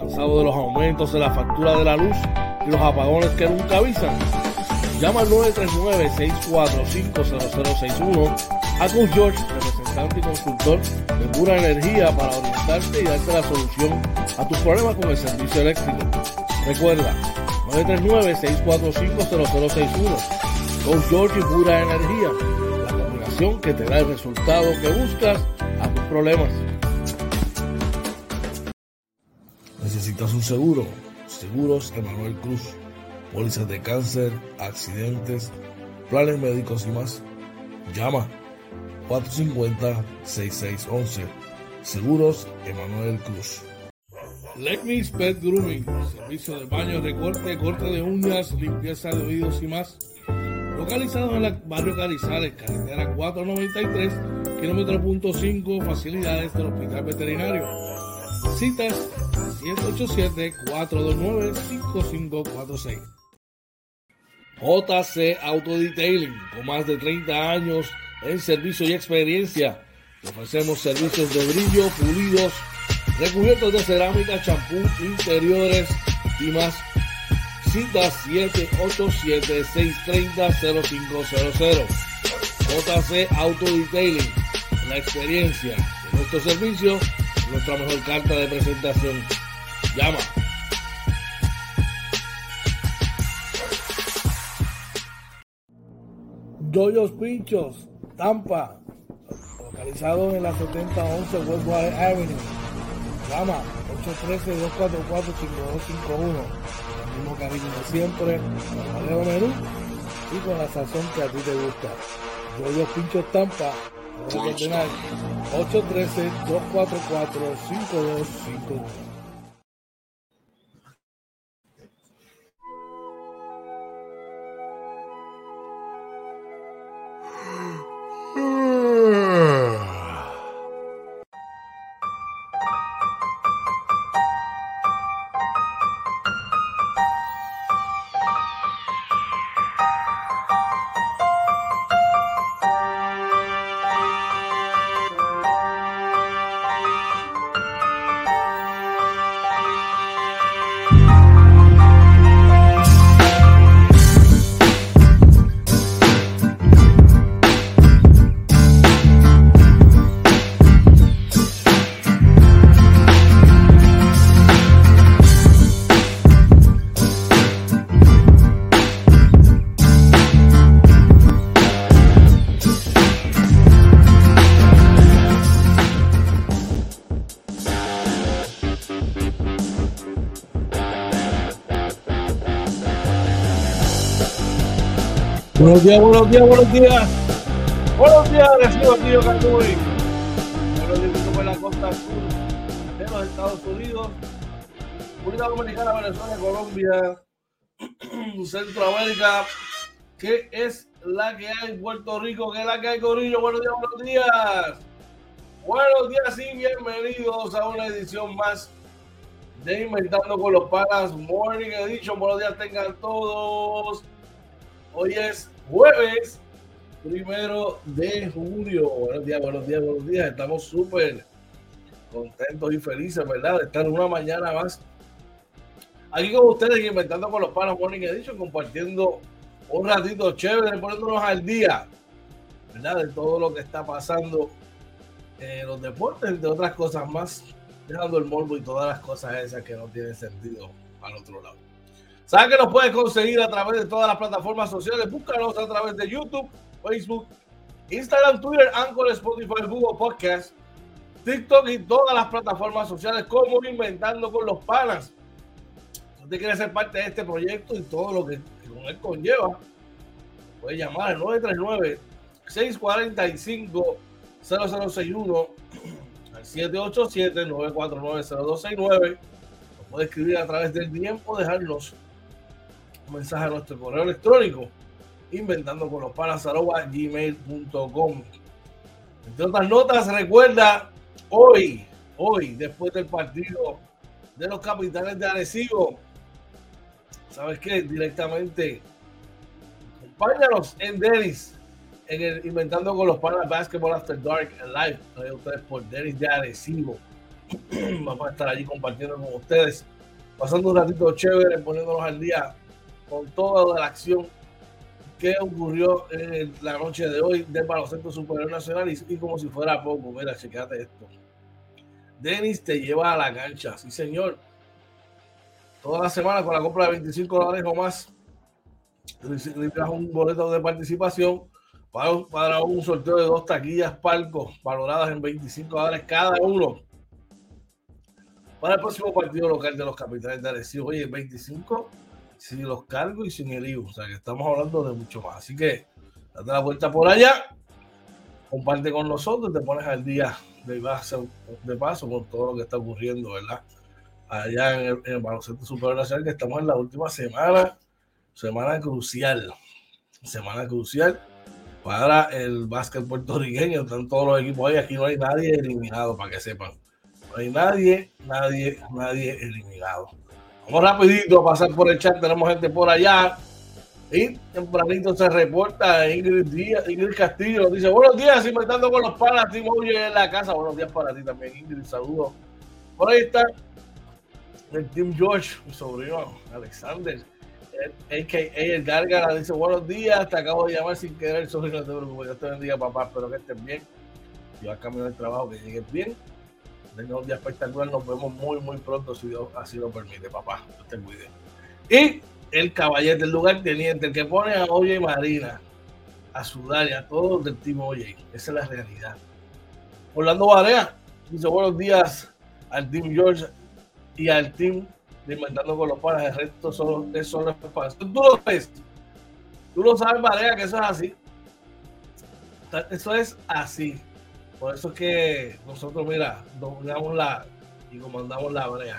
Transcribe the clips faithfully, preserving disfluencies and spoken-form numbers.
¿Cansado de los aumentos en la factura de la luz y los apagones que nunca avisan? Llama al nueve tres nueve, seis cuatro cinco, cero cero seis uno a Coach George, representante y consultor de Pura Energía, para orientarte y darte la solución a tus problemas con el servicio eléctrico. Recuerda, nueve tres nueve, seis cuatro cinco, cero cero seis uno. Coach George y Pura Energía, la combinación que te da el resultado que buscas a tus problemas. ¿Necesitas un seguro? Seguros Emanuel Cruz. Pólizas de cáncer, accidentes, planes médicos y más. Llama cuatro cinco cero, seis seis uno uno. Seguros Emanuel Cruz. Legnis Pet Grooming. Servicio de baño, recorte, corte de uñas, limpieza de oídos y más. Localizado en el barrio Carizales, carretera cuatrocientos noventa y tres, kilómetro punto cinco, facilidades del Hospital Veterinario. Citas siete ocho siete, cuatro dos nueve, cinco cinco cuatro seis. J C Auto Detailing, con más de treinta años en servicio y experiencia. Te ofrecemos servicios de brillo, pulidos, recubiertos de cerámica, champú, interiores y más. Cita siete ocho siete, seis tres cero, cero cinco cero cero. J C Auto Detailing, la experiencia de nuestro servicio, nuestra mejor carta de presentación. Llama. Yoyos Pinchos, Tampa, localizado en la setenta once Westwater Avenue. Llama ocho uno tres, dos cuatro cuatro, cinco dos cinco uno. El mismo cariño de siempre, el valero menú y con la sazón que a ti te gusta. Yoyos Pinchos Tampa, ocho uno tres, dos cuatro cuatro, cinco dos cinco uno. Buenos días, buenos días, buenos días. Buenos días, recibo tío Canduy. Buenos días, por la costa sur de los Estados Unidos, República Dominicana, Venezuela, Colombia, Centroamérica. ¿Qué es la que hay en Puerto Rico? ¿Qué es la que hay, Corillo? Buenos días, buenos días. Buenos días y bienvenidos a una edición más de Inventando con los Panas Morning Edition. Buenos días tengan todos. Hoy es jueves primero de julio. Buenos días, buenos días, buenos días. Estamos súper contentos y felices, ¿verdad? De estar una mañana más aquí con ustedes, Inventando con los Panas Morning Edition, compartiendo un ratito chévere, poniéndonos al día, ¿verdad? De todo lo que está pasando en los deportes, entre otras cosas más, dejando el morbo y todas las cosas esas que no tienen sentido al otro lado. ¿Saben que nos puedes conseguir a través de todas las plataformas sociales? Búscanos a través de YouTube, Facebook, Instagram, Twitter, Anchor, Spotify, Google Podcast, TikTok y todas las plataformas sociales como Inventando con los Panas. Si usted quiere ser parte de este proyecto y todo lo que, que con él conlleva, puede llamar al nueve tres nueve, seis cuatro cinco, cero cero seis uno, al siete ocho siete, nueve cuatro nueve, cero dos seis nueve. Nos puede escribir a través del D M o dejarnos un mensaje a nuestro correo electrónico, inventando con los panas arroba gmail punto com. Entre otras notas, recuerda, hoy, hoy, después del partido de los Capitanes de Arecibo, ¿sabes qué? Directamente, acompáñanos en Dennis, en el Inventando con los Panas Basketball After Dark Live, trae ustedes por Dennis de Arecibo. Vamos a estar allí compartiendo con ustedes, pasando un ratito chévere, poniéndonos al día con toda la acción que ocurrió en la noche de hoy del baloncesto superior nacional. Y, y como si fuera poco, mira, checate esto. Denis te lleva a la cancha, sí señor. Toda la semana con la compra de veinticinco dólares o más, recibirás un boleto de participación para, para un sorteo de dos taquillas palcos valoradas en veinticinco dólares cada uno para el próximo partido local de los Capitanes de Arecibo. Oye, veinticinco sin los cargos y sin el I V A, o sea que estamos hablando de mucho más. Así que date la vuelta por allá, comparte con nosotros, te pones al día de paso, de paso con todo lo que está ocurriendo, ¿verdad? Allá en el, en el baloncesto superior nacional, que estamos en la última semana, semana crucial, semana crucial para el básquet puertorriqueño. Están todos los equipos ahí, aquí no hay nadie eliminado, para que sepan. No hay nadie, nadie, nadie eliminado. Vamos rapidito a pasar por el chat, tenemos gente por allá. Y tempranito se reporta Ingrid Díaz, Ingrid Castillo, nos dice: buenos días, inventando con los panas, Team Oye en la casa. Buenos días para ti también, Ingrid, saludos. Por ahí está el Team George, mi sobrino Alexander, a k a el Gárgara, dice: buenos días, te acabo de llamar sin querer, sobrino, no te preocupes, Dios te bendiga, papá, espero que estés bien. Yo a cambio del trabajo, que llegues bien. Tenga un día espectacular, nos vemos muy, muy pronto, si Dios así lo permite, papá. Dios te cuide. Y el caballete del lugar teniente, el que pone a Oye y Marina a sudar y a todos del Team Oye. Esa es la realidad. Orlando Barea dice: buenos días al Team George y al Team de Inventando con los Panas. El resto solo es solo espacio. Tú lo ves, tú lo sabes, Barea, que eso es así. Eso es así. Por eso es que nosotros, mira, dominamos la y comandamos la brea.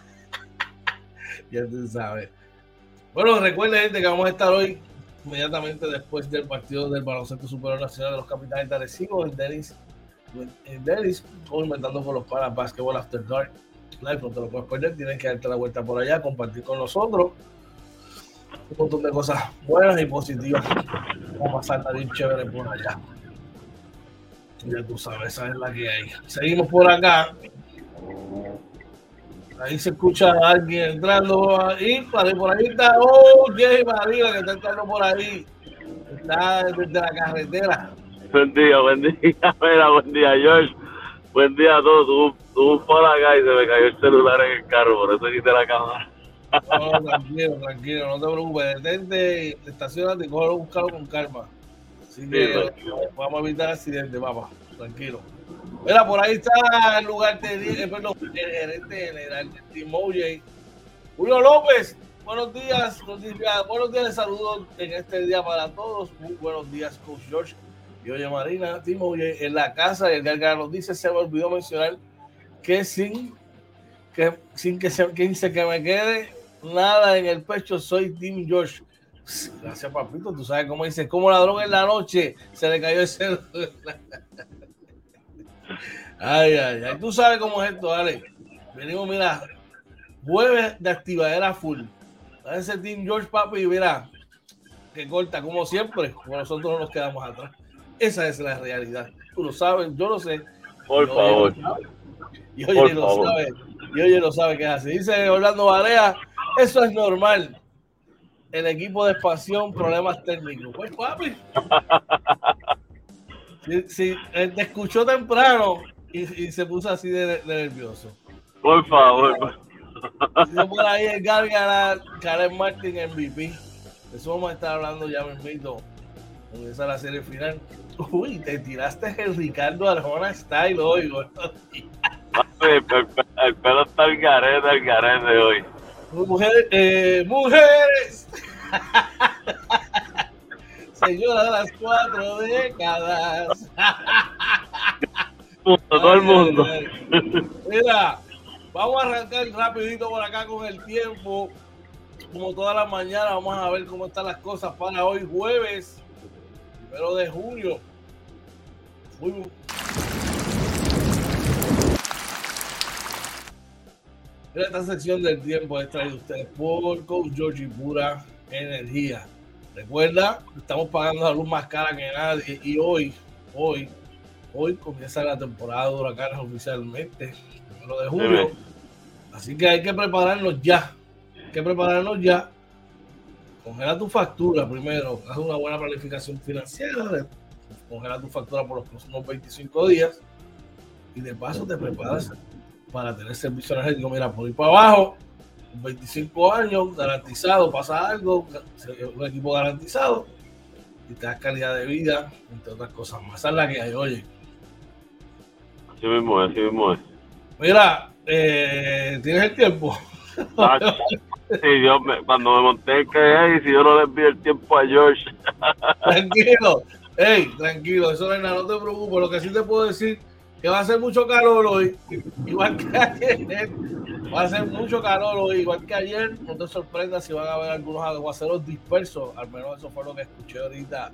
Ya tú sabes. Bueno, recuerden, gente, que vamos a estar hoy inmediatamente después del partido del baloncesto superior nacional de los Capitanes de Arecibo en Dennis, en Dennis, o Inventando con los Panas Basketball After Dark Live. No te lo puedes perder, tienes que darte la vuelta por allá, compartir con nosotros un montón de cosas buenas y positivas. Vamos a pasar bien chévere por allá. Ya tú sabes, esa es la que hay. Seguimos por acá. Ahí se escucha a alguien entrando ahí, por ahí, por ahí está, oh, Jay María, que está entrando por ahí. Está desde la carretera. Buen día, buen día, mira, buen día, George. Buen día a todos. Tuve, tuve un por acá y se me cayó el celular en el carro, por eso quité la cámara. No, tranquilo, tranquilo, no te preocupes. Detente, estacionate y cógelo, buscarlo con calma. Así que sí, vamos a evitar accidentes, papá. Tranquilo. Mira, por ahí está el lugar de, eh, perdón, el gerente general de Team Oye, Julio López. Buenos días, buenos días, buenos días, saludos en este día para todos. Muy buenos días, Coach George y Oye Marina. Team Oye en la casa, y el Gárgara nos dice: se me olvidó mencionar que sin que sin que se, que, se, que me quede nada en el pecho, soy Team George. Gracias, papito. Tú sabes cómo dice, como ladrón en la noche se le cayó el celular. Ay, ay, ay. Tú sabes cómo es esto, dale. Venimos, mira, jueves de activadera full. A ese Team George, papi, y mira, que corta, como siempre, como nosotros no nos quedamos atrás. Esa es la realidad. Tú lo sabes, yo lo sé. Por y favor. Y oye, Por lo favor. sabe. Y oye, lo sabe que es así. Dice Orlando Barea, eso es normal. El equipo de expansión, problemas técnicos. Pues, papi. Si, si él te escuchó temprano y, y se puso así de, de nervioso. Por favor. Yo por ahí el Gárgara, Karen Martin, M V P. De eso vamos a estar hablando ya mismito. Comienza la serie final. Uy, te tiraste el Ricardo Arjona style hoy, güey. El, el, el pelo está el garete, el garete hoy. Mujeres, eh, mujeres. Señora de las cuatro décadas. Todo el mundo. Ay, ay, ay. Mira, vamos a arrancar rapidito por acá con el tiempo. Como todas las mañanas, vamos a ver cómo están las cosas para hoy jueves, primero de junio. Muy... Esta sección del tiempo es traída a ustedes por Coach George y Pura Energía. Recuerda, estamos pagando la luz más cara que nadie y hoy, hoy, hoy comienza la temporada de huracanes oficialmente. primero de julio. Así que hay que prepararnos ya. Hay que prepararnos ya. Congela tu factura primero. Haz una buena planificación financiera. Congela tu factura por los próximos veinticinco días. Y de paso te preparas para tener servicio energético. Mira, por ir para abajo, veinticinco años, garantizado, pasa algo, un equipo garantizado y te das calidad de vida, entre otras cosas más. Esa es la que hay, oye. Así mismo es, así mismo es. Mira, eh, ¿tienes el tiempo? Ah, sí, yo me, cuando me monté en que y si yo no le envío el tiempo a George. Tranquilo, hey, tranquilo, eso no es nada, no te preocupes. Lo que sí te puedo decir que va a hacer mucho calor hoy, igual que ayer. Va a ser mucho calor hoy, igual que ayer. No te sorprendas si van a haber algunos aguaceros dispersos. Al menos eso fue lo que escuché ahorita.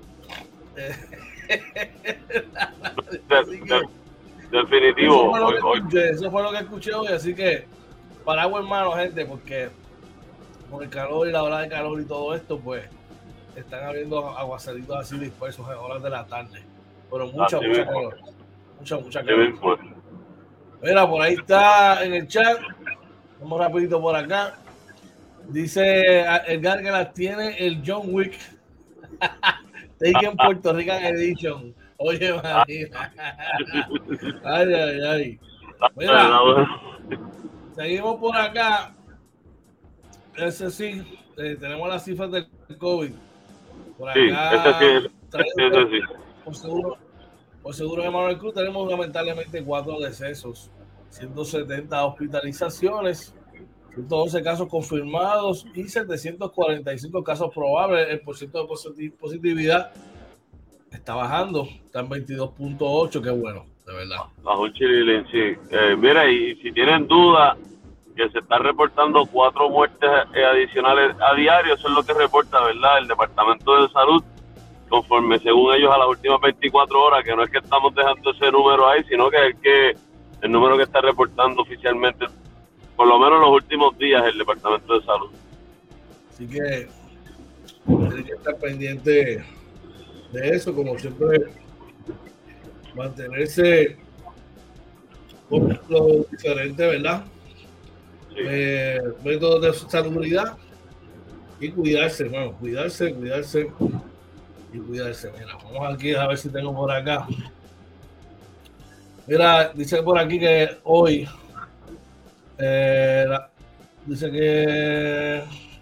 de, de, definitivo. Eso fue, hoy, hoy. Escuché, eso fue lo que escuché hoy. Así que, paraguas hermano, gente, porque con el calor y la hora de calor y todo esto, pues están habiendo aguaceritos así dispersos en horas de la tarde. Pero mucha, así mucha mismo. calor. Mucha, mucha calor. Mismo. Mira, por ahí está en el chat. Vamos rapidito por acá. Dice Edgar que las tiene el John Wick. Taken Puerto Rican Edition. Oye, María. Ay, ay, ay. Mira, seguimos por acá. Ese sí, eh, tenemos las cifras del COVID. Por acá. Sí, ese sí, ese sí. Por seguro, por seguro de Manuel Cruz tenemos lamentablemente cuatro decesos, ciento setenta hospitalizaciones, ciento doce casos confirmados y setecientos cuarenta y cinco casos probables. El porcentaje de positividad está bajando, está en veintidós punto ocho, qué bueno, de verdad. Bajo un chililín, sí. Eh, mira, y si tienen duda que se están reportando cuatro muertes adicionales a diario, eso es lo que reporta, ¿verdad?, el Departamento de Salud, conforme según ellos a las últimas veinticuatro horas, que no es que estamos dejando ese número ahí, sino que es que el número que está reportando oficialmente, por lo menos los últimos días, el Departamento de Salud. Así que tienen que estar pendiente de eso, como siempre, mantenerse con lo diferente, ¿verdad? Sí. Eh, métodos de salubridad y cuidarse, hermano, cuidarse, cuidarse y cuidarse. Mira, vamos aquí a ver si tengo por acá. Mira, dice por aquí que hoy eh, la, dice que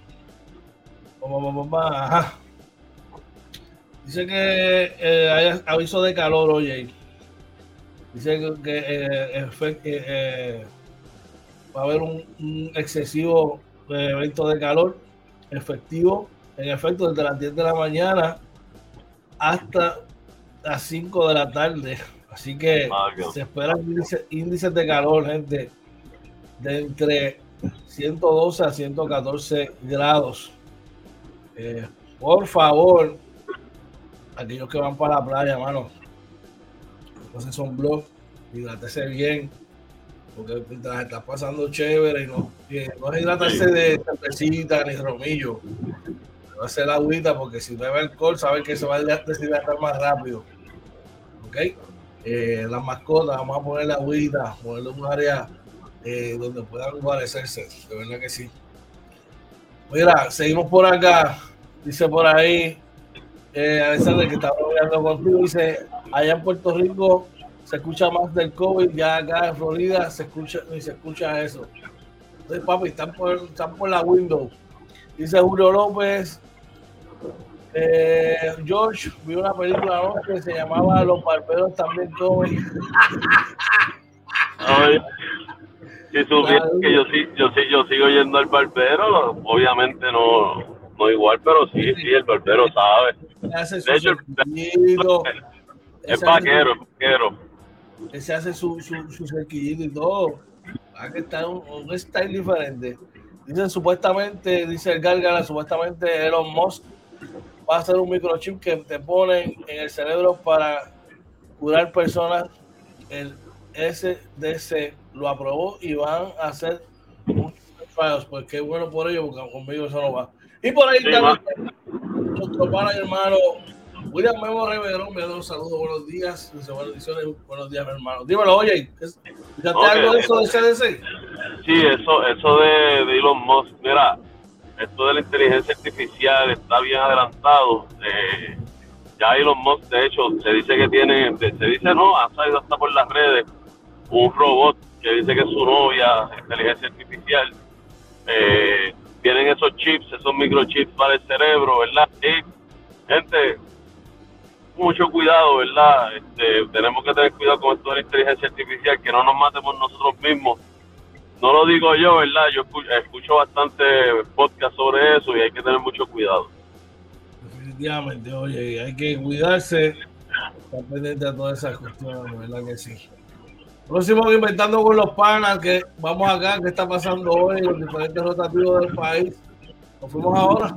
ajá. Dice que eh, hay aviso de calor hoy. Dice que, que eh, eh, eh, va a haber un, un excesivo eh, evento de calor efectivo, en efecto, desde las diez de la mañana hasta las cinco de la tarde. Así que oh, se esperan índices, índices de calor, gente, de entre ciento doce a ciento catorce grados. Eh, por favor, aquellos que van para la playa, mano, entonces son blogs, hidratese bien, porque mientras estás pasando chévere y no, y no es hidratarse de cervecita ni romillo, va a ser agüita, porque si bebe alcohol, sabes que se va a deshidratar más rápido. ¿Ok? Eh, las mascotas, vamos a ponerle agüita, ponerle un área eh, donde puedan guarecerse, de verdad que sí. Mira, seguimos por acá, dice por ahí, eh, Alexander, que estaba hablando contigo, dice, allá en Puerto Rico se escucha más del COVID, ya acá en Florida se escucha, ni se escucha eso. Entonces, papi, están por, están por la window. Dice Julio López, eh, George, vi una película anoche que se llamaba Los Barberos También Comen. Oye, si supieras que yo sí, yo sí, yo sigo yendo al barbero, obviamente no, no igual, pero sí, sí, el barbero sabe. De hecho, es vaquero, es vaquero. Él se hace su, su, su cerquillito y todo. Va que está un, un style diferente. Dicen supuestamente, dice el Gárgara, supuestamente Elon Musk va a hacer un microchip que te ponen en el cerebro para curar personas. El S D C lo aprobó y van a hacer muchos trials, pues qué bueno por ello, porque conmigo eso no va. Y por ahí sí, también nuestro pana y hermano William Memo Rivero, me da un saludo, buenos días, buenas ediciones, buenos días, hermano. Dímelo, oye, ¿escuchaste okay. algo de eso de C D C? Sí, eso, eso de, de Elon Musk, mira, esto de la inteligencia artificial está bien adelantado. Eh, ya Elon Musk, de hecho, se dice que tiene, se dice no, ha salido hasta por las redes un robot que dice que es su novia, inteligencia artificial. Eh, tienen esos chips, esos microchips para el cerebro, ¿verdad? Y, gente, mucho cuidado, ¿verdad? Este, tenemos que tener cuidado con esto de la inteligencia artificial, que no nos matemos nosotros mismos. No lo digo yo, ¿verdad? Yo escucho, escucho bastante podcast sobre eso y hay que tener mucho cuidado. Definitivamente, oye, hay que cuidarse, estar pendiente de todas esas cuestiones, ¿verdad que sí? Próximo Inventando con los Panas, que vamos acá, ¿qué está pasando hoy en los diferentes rotativos del país? Nos fuimos ahora.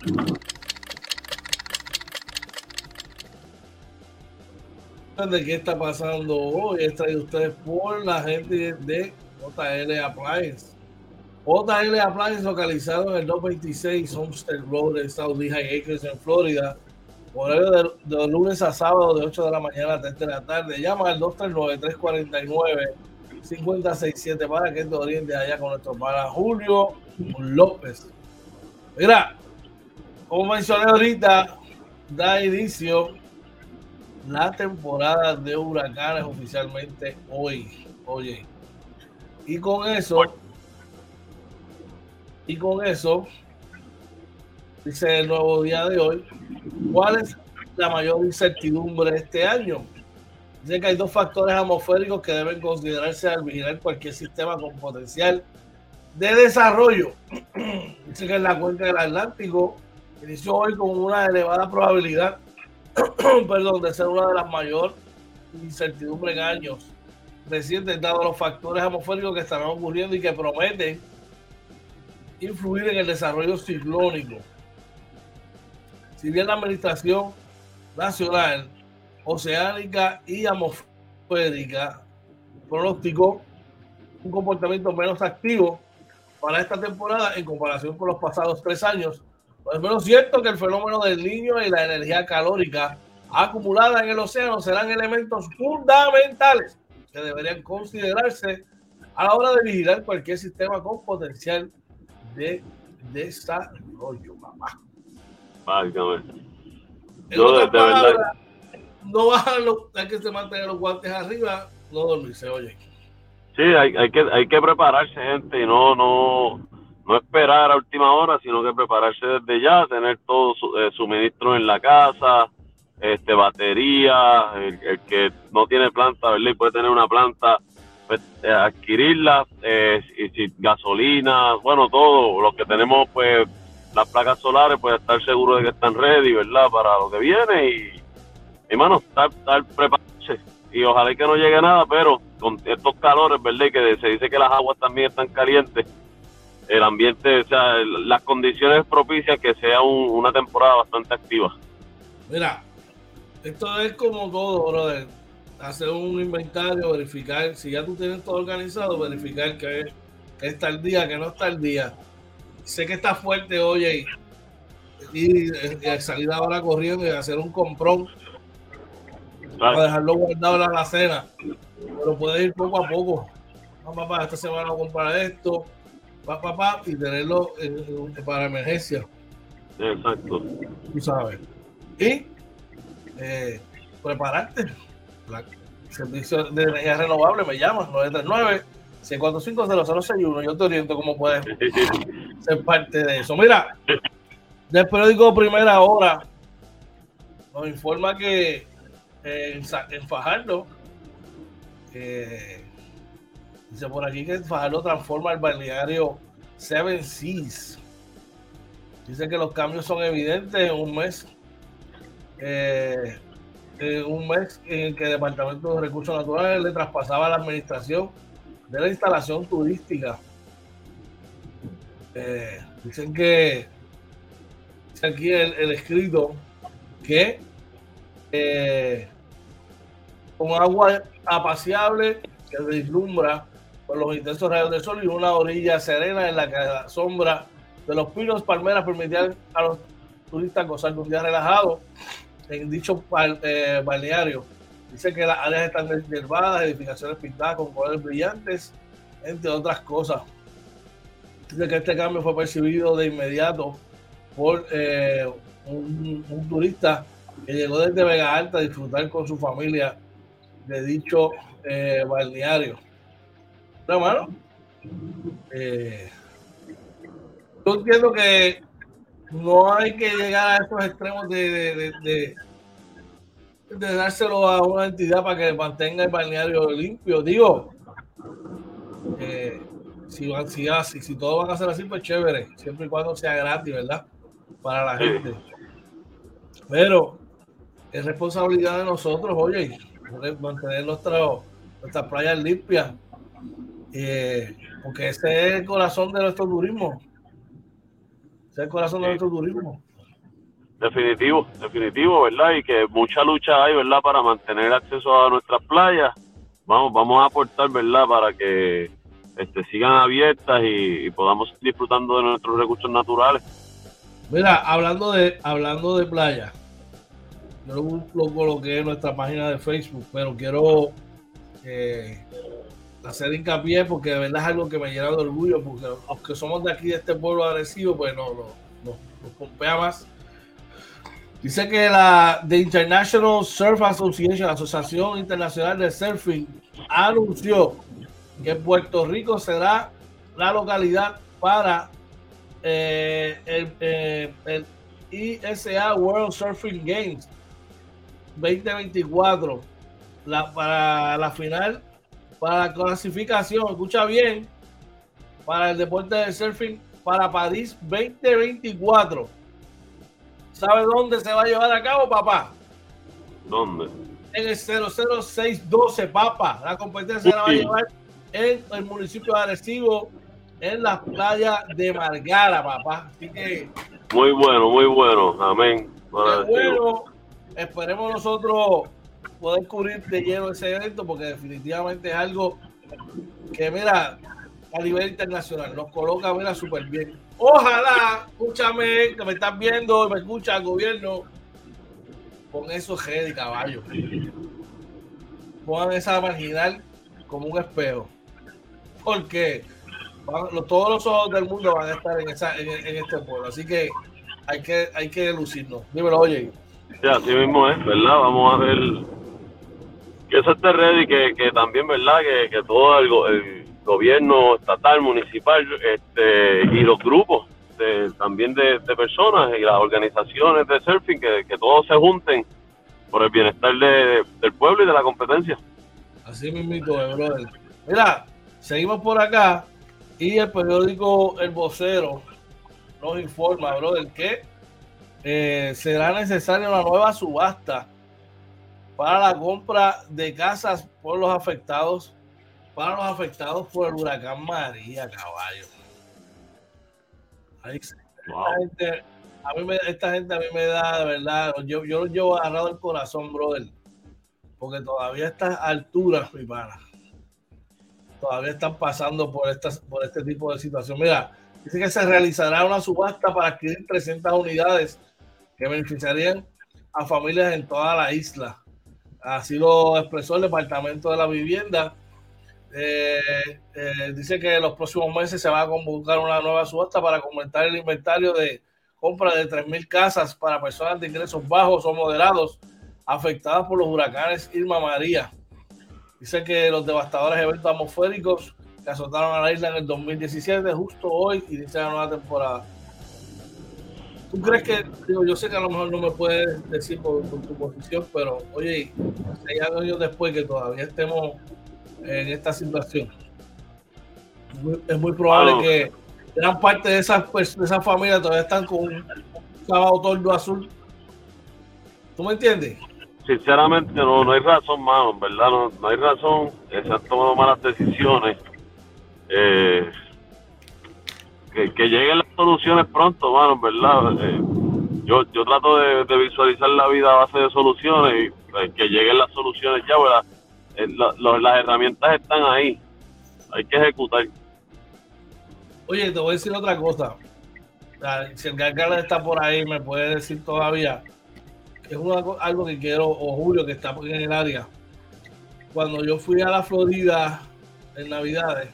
De qué está pasando hoy es traído ustedes por la gente de J L Appliance. J L Appliance, localizado en el doscientos veintiséis Homestead Road en South Lehigh Acres en Florida. Horario de, de lunes a sábado de ocho de la mañana a tres de la tarde. Llama al dos tres nueve, tres cuatro nueve, cinco cero seis siete para que te oriente allá con nuestro para Julio López. Mira, como mencioné ahorita, da inicio la temporada de huracanes oficialmente hoy. Oye, y con eso, y con eso, dice el nuevo día de hoy, ¿cuál es la mayor incertidumbre este año? Dice que hay dos factores atmosféricos que deben considerarse al vigilar cualquier sistema con potencial de desarrollo. Dice que en la cuenca del Atlántico inició hoy con una elevada probabilidad perdón, de ser una de las mayores incertidumbres en años recientes, dado los factores atmosféricos que estarán ocurriendo y que prometen influir en el desarrollo ciclónico. Si bien la Administración Nacional Oceánica y Atmosférica pronosticó un comportamiento menos activo para esta temporada en comparación con los pasados tres años, pues es menos cierto que el fenómeno del Niño y la energía calórica acumulada en el océano serán elementos fundamentales que deberían considerarse a la hora de vigilar cualquier sistema con potencial de desarrollo, mamá. Básicamente. En Yo, otras de, de palabras, verdad. No bajarlo, hay que se mantener los guantes arriba, no dormirse, oye. Sí, hay, hay que hay que prepararse, gente, y no no no esperar a última hora, sino que prepararse desde ya, tener todo su, eh, suministro en la casa, este batería, el, el que no tiene planta, ¿verdad? Y puede tener una planta, pues, eh, adquirirla, eh, y si gasolina, bueno, todo, los que tenemos, pues, las placas solares, pues estar seguro de que están ready, ¿verdad? Para lo que viene y, y mano, estar, estar prepararse. Y ojalá que no llegue nada, pero con estos calores, ¿verdad? Que se dice que las aguas también están calientes, el ambiente, o sea, las condiciones propician que sea un, una temporada bastante activa. Mira, esto es como todo, brother. Hacer un inventario, verificar, si ya tú tienes todo organizado, verificar que, que está el día, que no está el día. Sé que está fuerte, oye, y, y, y salir ahora corriendo y hacer un comprón para dejarlo guardado en la alacena, pero puedes ir poco a poco. No, papá, esta semana voy a comprar esto, papá, papá, y tenerlo en, en, para emergencia. Exacto. Tú sabes. Y eh, prepararte. La servicio de energía renovable me llamas nueve tres nueve, seis cuatro cinco, cero cero seis uno. Yo te oriento cómo puedes ser parte de eso. Mira, del periódico Primera Hora nos informa que eh, en Fajardo, eh, dice por aquí que Fajardo transforma el balneario Seven Seas. Dice que los cambios son evidentes en un mes. Eh, en un mes en el que el Departamento de Recursos Naturales le traspasaba la administración de la instalación turística. Eh, dicen que dice aquí el, el escrito que eh, con agua apacible que deslumbra con los intensos rayos del sol y una orilla serena en la que la sombra de los pinos palmeras permitían a los turistas gozar de un día relajado en dicho eh, balneario. Dice que las áreas están desherbadas, edificaciones pintadas con colores brillantes, entre otras cosas. Dice que este cambio fue percibido de inmediato por eh, un, un turista que llegó desde Vega Alta a disfrutar con su familia de dicho eh, balneario. ¿No, hermano? Eh, yo entiendo que no hay que llegar a esos extremos de, de, de, de, de dárselo a una entidad para que mantenga el balneario limpio. Digo, eh, si, si, si, si todo van a ser así, pues chévere, siempre y cuando sea gratis, ¿verdad? Para la gente. Pero es responsabilidad de nosotros, oye, mantener nuestra, nuestras playas limpias, eh, porque ese es el corazón de nuestro turismo. Ese es el corazón sí. de nuestro turismo. Definitivo, definitivo, ¿verdad? Y que mucha lucha hay, ¿verdad? Para mantener acceso a nuestras playas. Vamos, vamos a aportar, ¿verdad? Para que este, sigan abiertas y, y podamos ir disfrutando de nuestros recursos naturales. Mira, hablando de, hablando de playa, yo lo, lo coloqué en nuestra página de Facebook, pero quiero eh, hacer hincapié porque de verdad es algo que me llena de orgullo, porque aunque somos de aquí, de este pueblo agresivo, pues no, no, no nos pompea más. Dice que la The International Surf Association, la Asociación Internacional de Surfing, anunció que Puerto Rico será la localidad para eh, el, eh, el I S A World Surfing Games veinte veinticuatro, la, para la final, para la clasificación, escucha bien, para el deporte de surfing para París veinte veinticuatro. ¿Sabe dónde se va a llevar a cabo, papá? ¿Dónde? En el cero cero seis doce, papá. La competencia sí. se la va a llevar en el municipio de Arecibo, en las playas de Margara, papá. Así que... Muy bueno, muy bueno. Amén. Qué bueno. Esperemos nosotros poder cubrir de lleno ese evento, porque definitivamente es algo que, mira, a nivel internacional nos coloca, mira, súper bien. Ojalá, escúchame, que me estás viendo y me escucha el gobierno, con eso ready, caballo. Pongan esa marginal como un espejo. Porque van, todos los ojos del mundo van a estar en, esa, en, en este pueblo. Así que hay que, hay que lucirnos. Dímelo, oye. Sí, así mismo es, ¿verdad? Vamos a ver que eso esté ready, que, que también, ¿verdad? Que, que todo el, el gobierno estatal, municipal, este, y los grupos de, también de, de personas y las organizaciones de surfing, que, que todos se junten por el bienestar de, del pueblo y de la competencia. Así mismito, brother. Mira, seguimos por acá y el periódico El Vocero nos informa, brother, que eh, será necesaria una nueva subasta para la compra de casas por los afectados, para los afectados por el huracán María, caballo. Ahí, wow. esta, gente, a mí me, esta gente a mí me da, de verdad, yo, yo lo llevo agarrado el corazón, brother, porque todavía a estas alturas, mi pana, todavía están pasando por, estas, por este tipo de situación. Mira, dice que se realizará una subasta para adquirir trescientas unidades que beneficiarían a familias en toda la isla. Así lo expresó el Departamento de la Vivienda. Eh, eh, dice que en los próximos meses se va a convocar una nueva subasta para aumentar el inventario de compra de tres mil casas para personas de ingresos bajos o moderados afectadas por los huracanes Irma María. Dice que los devastadores eventos atmosféricos que azotaron a la isla en el dos mil diecisiete, justo hoy inicia la nueva temporada. ¿Tú crees que, digo, yo sé que a lo mejor no me puedes decir por, por tu posición, pero oye, seis años después que todavía estemos en esta situación, es muy probable bueno. que gran parte de esas, de esas familias todavía están con un sábado tordo azul. ¿Tú me entiendes? Sinceramente no, no hay razón, mano, ¿verdad? No, no hay razón, se han tomado malas decisiones. Eh, que, que lleguen las soluciones pronto, mano, ¿verdad? Eh, yo yo trato de, de visualizar la vida a base de soluciones y eh, que lleguen las soluciones ya, ¿verdad? Eh, lo, lo, las herramientas están ahí, hay que ejecutar. Oye, te voy a decir otra cosa. O sea, si el Gargara está por ahí, me puede decir todavía es una, algo que quiero, o Julio, que está en el área. Cuando yo fui a la Florida en Navidades,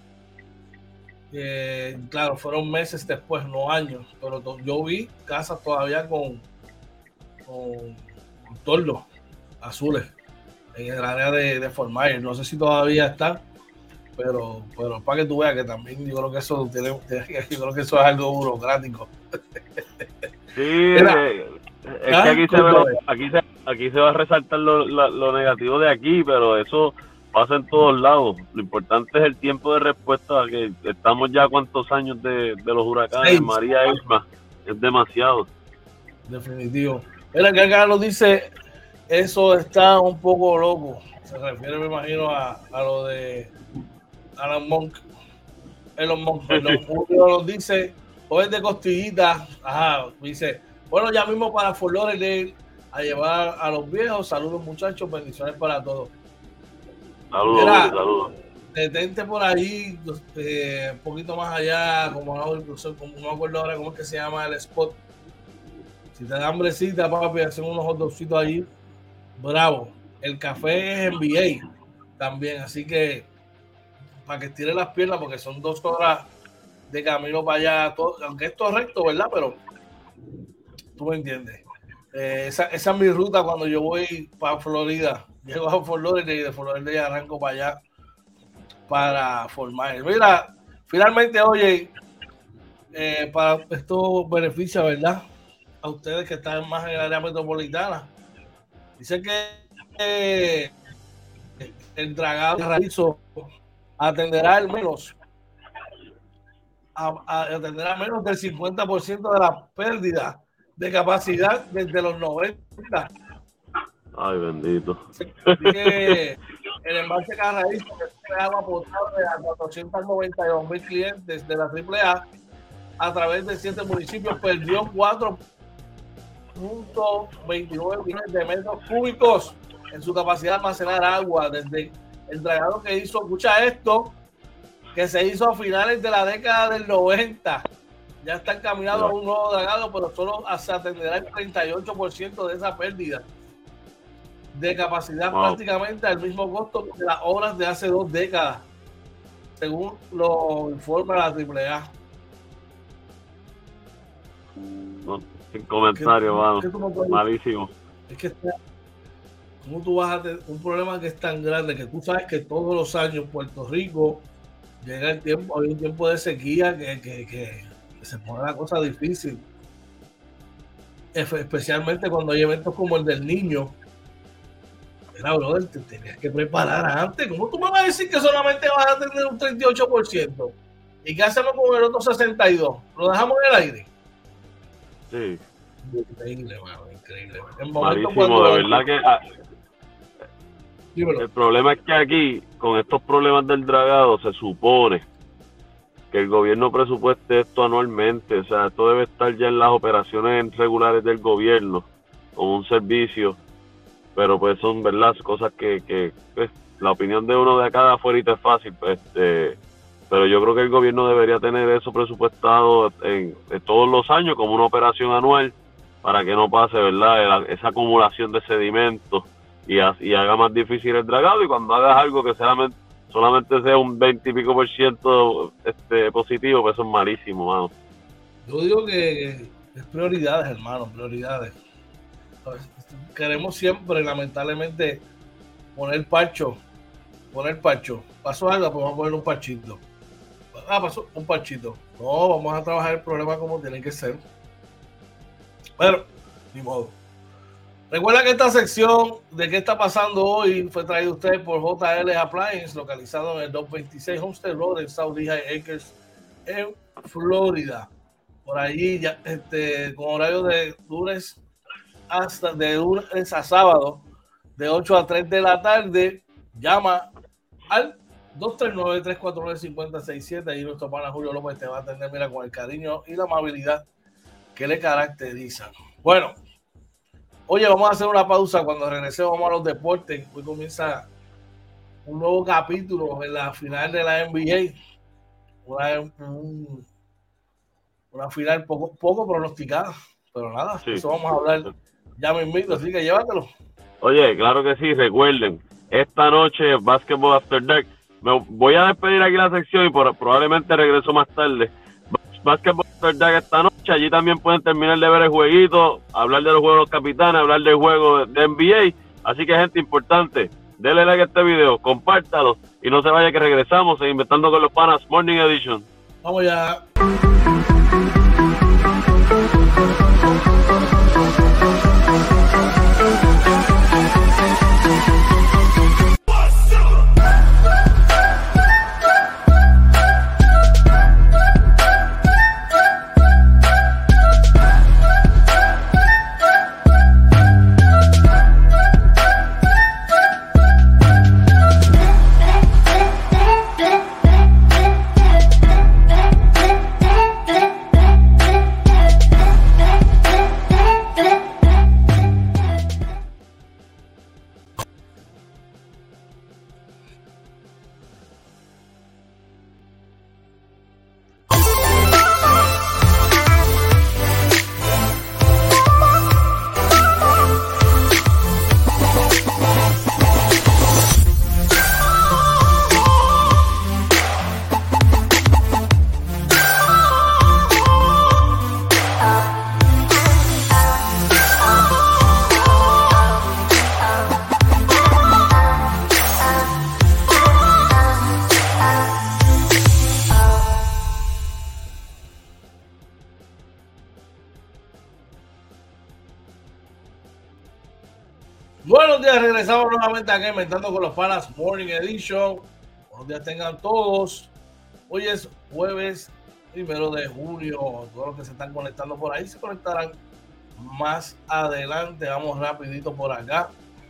eh, claro, fueron meses después, no años, pero to, yo vi casas todavía con, con, con toldos azules en el área de, de Fort Myers. No sé si todavía están, pero, pero para que tú veas que también yo creo que eso tiene, yo creo que eso es algo burocrático. Sí, Mira, es que aquí se, ve lo, aquí, se, aquí se va a resaltar lo, lo, lo negativo de aquí, pero eso pasa en todos lados. Lo importante es el tiempo de respuesta, que estamos ya a cuántos años de, de los huracanes, Seis. María Irma, es demasiado. Definitivo. Mira, que acá nos dice, eso está un poco loco. Se refiere, me imagino, a, a lo de Alan Monk. Elon Musk, perdón. Julio nos dice, hoy de costillita, ajá, dice, bueno, ya mismo para Fort Lauderdale a llevar a los viejos. Saludos, muchachos, bendiciones para todos. Saludos, Mira, saludos. Detente por ahí, eh, un poquito más allá, como no, como no me acuerdo ahora cómo es que se llama el spot. Si te da hambrecita, papi, hacen unos hot dogsitos allí. Bravo. El café es en V A también, así que para que estire las piernas, porque son dos horas de camino para allá, todo, aunque esto es recto, ¿verdad? Pero tú me entiendes. Eh, esa, esa es mi ruta cuando yo voy para Florida. Llego a Fort Lauderdale y de Fort Lauderdale arranco para allá, para Fort Myers. Mira, finalmente, oye, eh, para esto beneficia, ¿verdad?, a ustedes que están más en el área metropolitana. Dice que eh, el dragado de Raízo atenderá al menos a, a atenderá menos del cincuenta por ciento de la pérdida de capacidad desde los noventa. Ay, bendito. Que el embalse Carraízo, que es agua potable a cuatrocientos noventa y dos mil clientes de la triple A a través de siete municipios, perdió cuatro punto veintinueve millones de metros cúbicos en su capacidad de almacenar agua desde el dragado que hizo, escucha esto, que se hizo a finales de la década del noventa. Ya está encaminado a un nuevo dragado, pero solo se atenderá el treinta y ocho por ciento de esa pérdida de capacidad, wow, prácticamente al mismo costo de las obras de hace dos décadas, según lo informa la triple A. No, sin comentario, vamos. Malísimo. Es que ¿cómo tú vas a tener un problema que es tan grande que tú sabes que todos los años Puerto Rico llega el tiempo, hay un tiempo de sequía que, que, que, que se pone la cosa difícil, especialmente cuando hay eventos como el del Niño? Mira, brother, te tenías que preparar antes. ¿Cómo tú me vas a decir que solamente vas a tener un treinta y ocho por ciento? ¿Y qué hacemos con el otro sesenta y dos por ciento? ¿Lo dejamos en el aire? Sí. Increíble, mano, increíble. En Malísimo, cuando... de verdad que... Ah, el problema es que aquí, con estos problemas del dragado, se supone que el gobierno presupueste esto anualmente. O sea, esto debe estar ya en las operaciones regulares del gobierno, como un servicio. Pero pues son, ¿verdad?, cosas que, que pues, la opinión de uno de acá de afuera es fácil. Pues, este, pero yo creo que el gobierno debería tener eso presupuestado en, en todos los años como una operación anual para que no pase, ¿verdad?, esa acumulación de sedimentos y, y haga más difícil el dragado. Y cuando hagas algo que solamente, solamente sea un veinte y pico por ciento este, positivo, pues eso es malísimo, mano. Yo digo que es prioridades, hermano, prioridades. Queremos siempre, lamentablemente, poner parcho, poner parcho. Pasó algo, pues vamos a poner un parchito. Ah, pasó un parchito. No, vamos a trabajar el problema como tiene que ser. Pero, ni modo. Recuerda que esta sección de qué está pasando hoy fue traída a ustedes por J L Appliance, localizado en el doscientos veintiséis Homestead Road en South Lehigh Acres, en Florida. Por allí, ya, este, con horario de lunes hasta de lunes a sábado, de ocho a tres de la tarde. Llama al dos tres nueve, tres cuatro nueve, cinco cero seis siete. Ahí nuestro pana Julio López te va a atender, mira, con el cariño y la amabilidad que le caracterizan. Bueno, oye, vamos a hacer una pausa. Cuando regresemos vamos a los deportes. Hoy comienza un nuevo capítulo en la final de la N B A. Una, un, una final poco, poco pronosticada, pero nada, sí, eso vamos a hablar ya me invito, así que llévatelo. Oye, claro que sí, recuerden, esta noche Basketball After Dark, me voy a despedir aquí la sección y por, probablemente regreso más tarde. Basketball After Dark esta noche, allí también pueden terminar de ver el jueguito, hablar de los juegos de los capitanes, hablar del juego de N B A, así que gente importante, denle like a este video, compártalo y no se vaya que regresamos en Inventando con los Panas Morning Edition. Vamos ya. Buenos días, regresamos nuevamente aquí Inventando con los Panas Morning Edition. Buenos días tengan todos. Hoy es jueves primero de junio. Todos los que se están conectando por ahí se conectarán más adelante. Vamos rapidito por acá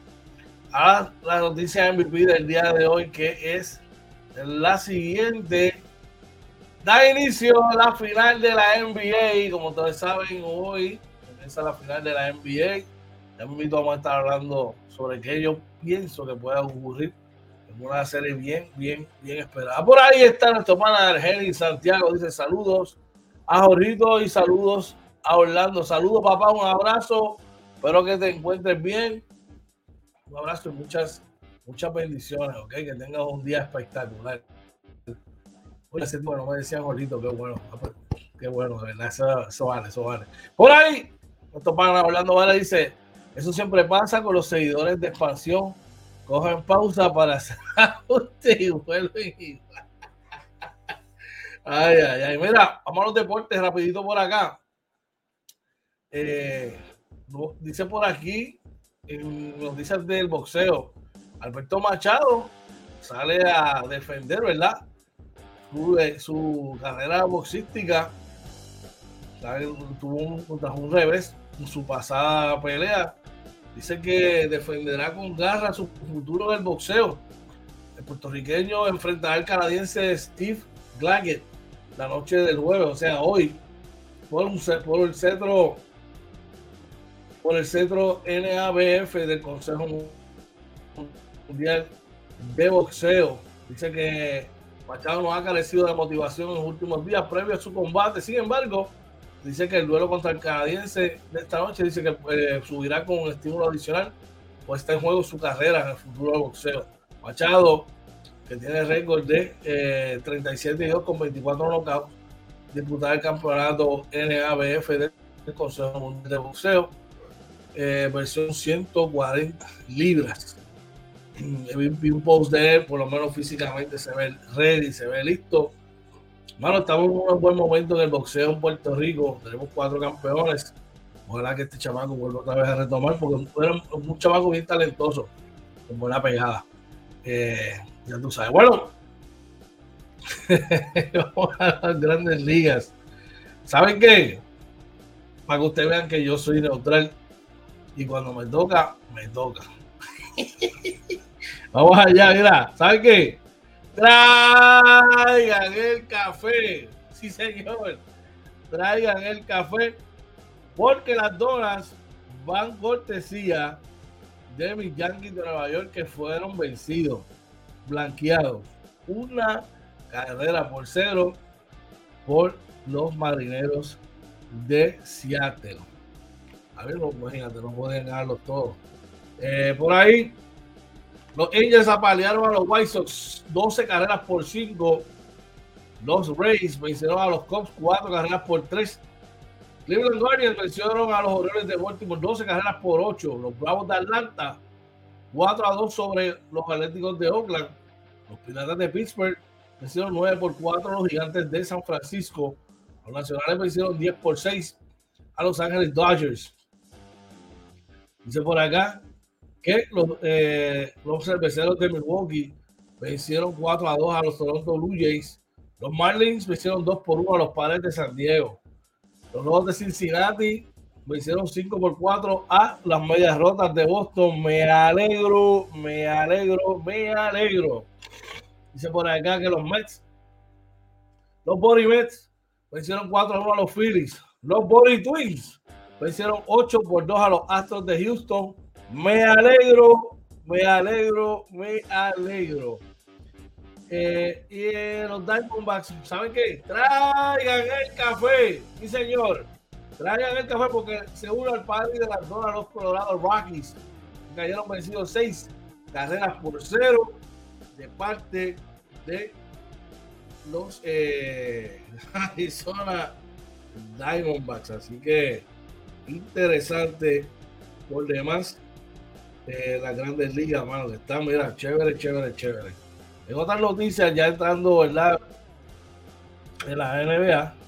a la noticia M V P del día de hoy, que es la siguiente. Da inicio a la final de la N B A. Como ustedes saben, hoy comienza la final de la N B A. Ya me vamos a estar hablando sobre qué yo pienso que pueda ocurrir en una serie bien, bien, bien esperada. Por ahí está nuestro pana Argenis Santiago. Dice saludos a Jorrito y saludos a Orlando. Saludos, papá, un abrazo. Espero que te encuentres bien. Un abrazo y muchas, muchas bendiciones, ¿ok? Que tengas un día espectacular. Oye, ese tipo no me decía Jorrito, qué bueno. Qué bueno, de verdad, eso, eso vale, eso vale. Por ahí, nuestro pana Orlando Vale dice: eso siempre pasa con los seguidores de Expansión. Cogen pausa para hacer ajuste y vuelven igual. Ay, ay, ay. Mira, vamos a los deportes rapidito por acá. Eh, dice por aquí, en noticias del boxeo, Alberto Machado sale a defender, ¿verdad? Su, su carrera boxística. Tuvo un, un revés en su pasada pelea. Dice que defenderá con garra su futuro del boxeo. El puertorriqueño enfrentará al canadiense Steve Glaggett la noche del jueves, o sea, hoy, por, un, por el cetro por el cetro N A B F del Consejo Mundial de Boxeo. Dice que Machado no ha carecido de motivación en los últimos días previos a su combate. Sin embargo, dice que el duelo contra el canadiense de esta noche, dice que eh, subirá con un estímulo adicional, pues está en juego su carrera en el futuro del boxeo. Machado, que tiene récord de eh, treinta y siete y dos con veinticuatro knockouts, disputar el campeonato N A B F del Consejo Mundial de Boxeo, eh, versión ciento cuarenta libras. Vi un post de él, por lo menos físicamente se ve ready, se ve listo. Mano, estamos en un buen momento en el boxeo en Puerto Rico. Tenemos cuatro campeones. Ojalá que este chamaco vuelva otra vez a retomar, porque era un chamaco bien talentoso, con buena pegada. Eh, ya tú sabes. Bueno, vamos a las grandes ligas. ¿Saben qué? Para que ustedes vean que yo soy neutral y cuando me toca, me toca. Vamos allá, mira. ¿Saben qué? Traigan el café. Sí, señor. Traigan el café. Porque las donas van cortesía de mis Yankees de Nueva York, que fueron vencidos, blanqueados. Una carrera por cero por los Marineros de Seattle. A ver, no, imagínate, no pueden ganarlos todos. Eh, por ahí, los Angels apalearon a los White Sox doce carreras por cinco. Los Rays vencieron a los Cubs cuatro carreras por tres. Cleveland Guardians vencieron a los Orioles de Baltimore doce carreras por ocho. Los Bravos de Atlanta cuatro a dos sobre los Atléticos de Oakland. Los Piratas de Pittsburgh vencieron nueve por cuatro a los Gigantes de San Francisco. Los Nacionales vencieron diez por seis a Los Ángeles Dodgers. Dice por acá que los, eh, los cerveceros de Milwaukee vencieron cuatro a dos a los Toronto Blue Jays. Los Marlins vencieron dos por uno a los Padres de San Diego. Los Rojos de Cincinnati vencieron cinco por cuatro a las Medias Rotas de Boston. Me alegro, me alegro, me alegro. Dice por acá que los Mets, los Body Mets vencieron cuatro a uno a los Phillies. Los Body Twins vencieron ocho por dos a los Astros de Houston. Me alegro, me alegro, me alegro. Eh, y eh, los Diamondbacks, ¿saben qué? Traigan el café, sí señor. Traigan el café porque se une al padre de las dos a los Colorado Rockies. Cayeron vencidos seis carreras por cero de parte de los eh, Arizona Diamondbacks. Así que interesante por demás eh, las grandes ligas, mano, que están, mira, chévere, chévere, chévere. En otras noticias, ya entrando, ¿verdad?, en la N B A,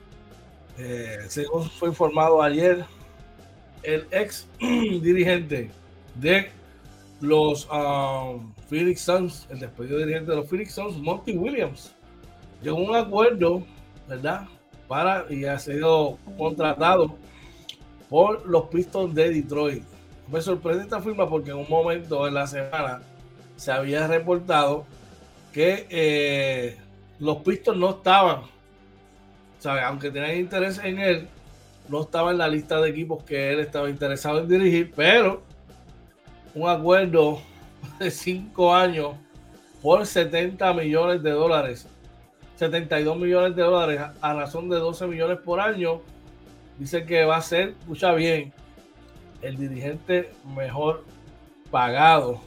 eh, según fue informado ayer, el ex dirigente de los um, Phoenix Suns, el despedido dirigente de los Phoenix Suns, Monty Williams, llegó a un acuerdo, ¿verdad?, para y ha sido contratado por los Pistons de Detroit. Me sorprende esta firma porque en un momento en la semana se había reportado que eh, los Pistons no estaban, ¿sabes? Aunque tenían interés en él, no estaba en la lista de equipos que él estaba interesado en dirigir, pero un acuerdo de cinco años por setenta millones de dólares, setenta y dos millones de dólares a razón de doce millones por año, dice que va a ser, escucha bien, el dirigente mejor pagado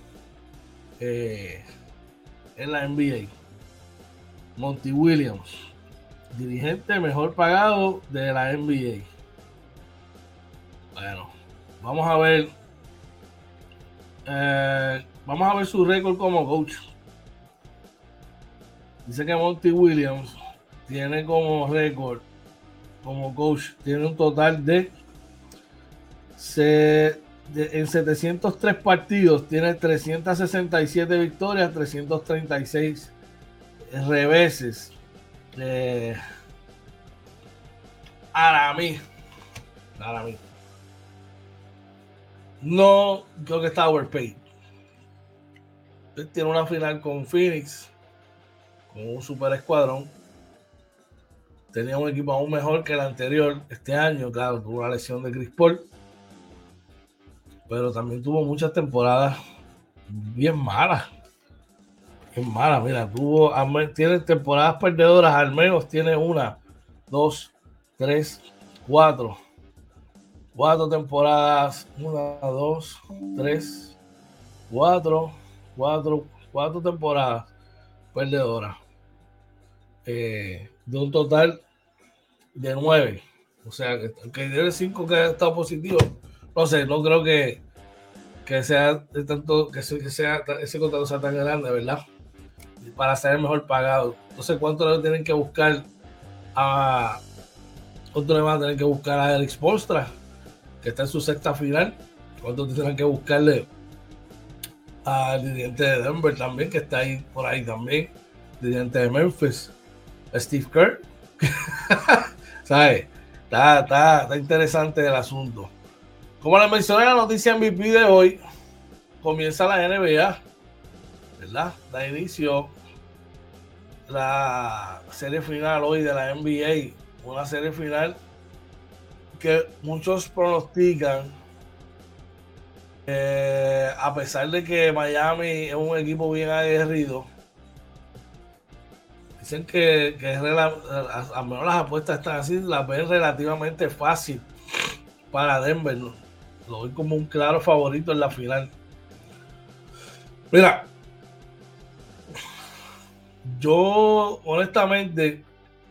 eh, en la N B A. Monty Williams, dirigente mejor pagado de la N B A. Bueno, vamos a ver eh, vamos a ver su récord como coach. Dice que Monty Williams tiene como récord como coach, tiene un total de, se, de en setecientos tres partidos tiene trescientas sesenta y siete victorias, trescientos treinta y seis reveses. Eh, para mí, para mí, no creo que está overpaid. Él tiene una final con Phoenix, con un super escuadrón. Tenía un equipo aún mejor que el anterior este año, claro, tuvo una lesión de Chris Paul, pero también tuvo muchas temporadas bien malas. Bien malas, mira, tuvo, tiene temporadas perdedoras, al menos tiene una, dos, tres, cuatro. Cuatro temporadas, una, dos, tres, cuatro, cuatro, cuatro temporadas perdedoras. Eh, de un total de nueve, o sea que, que tiene cinco que ha estado positivo. No sé, no creo que, que sea de tanto que, que sea ese contrato sea tan grande, ¿verdad? Para ser el mejor pagado. No sé cuánto le tienen que buscar a cuánto le van a tener que buscar a Erik Spoelstra, que está en su sexta final. Cuánto tienen que buscarle al dirigente de Denver también, que está ahí por ahí también, dirigente de Memphis, Steve Kerr. ¿Sabes? Está, está, está interesante el asunto. Como les mencioné en la noticia M V P de hoy, comienza la N B A, ¿verdad? Da inicio la serie final hoy de la N B A, una serie final que muchos pronostican, eh, a pesar de que Miami es un equipo bien aguerrido. Dicen que, que es, al menos las apuestas están así, las ven relativamente fácil para Denver. ¿no? Lo doy como un claro favorito en la final. Mira, yo honestamente,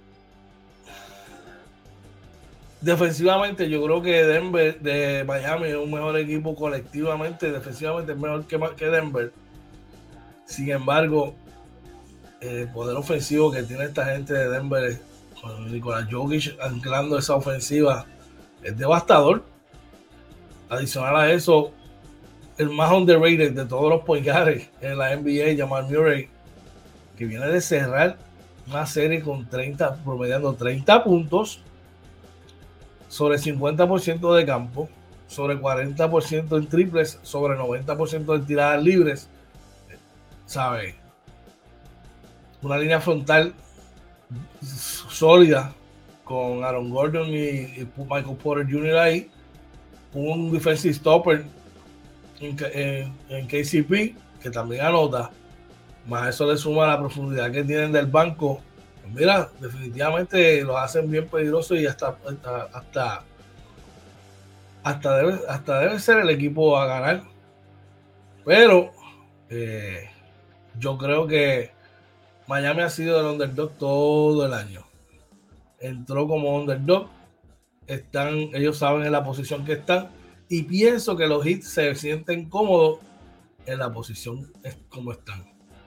defensivamente, yo creo que Denver de Miami es un mejor equipo colectivamente. Defensivamente es mejor que, que Denver. Sin embargo, el poder ofensivo que tiene esta gente de Denver con Nikola Jokic anclando esa ofensiva es devastador. Adicional a eso, el más underrated de todos los point guards en la N B A, Jamal Murray, que viene de cerrar una serie con treinta, promediando treinta puntos, sobre cincuenta por ciento de campo, sobre cuarenta por ciento en triples, sobre noventa por ciento en tiradas libres, ¿sabes? Una línea frontal sólida con Aaron Gordon y, y Michael Porter junior ahí, un defensive stopper en, en, en K C P que también anota, más eso le suma la profundidad que tienen del banco. Pues mira, definitivamente los hacen bien peligrosos y hasta hasta hasta, hasta, debe, hasta debe ser el equipo a ganar, pero eh, yo creo que Miami ha sido el underdog todo el año. Entró como underdog. Están, ellos saben en la posición que están. Y pienso que los Heat se sienten cómodos en la posición como están.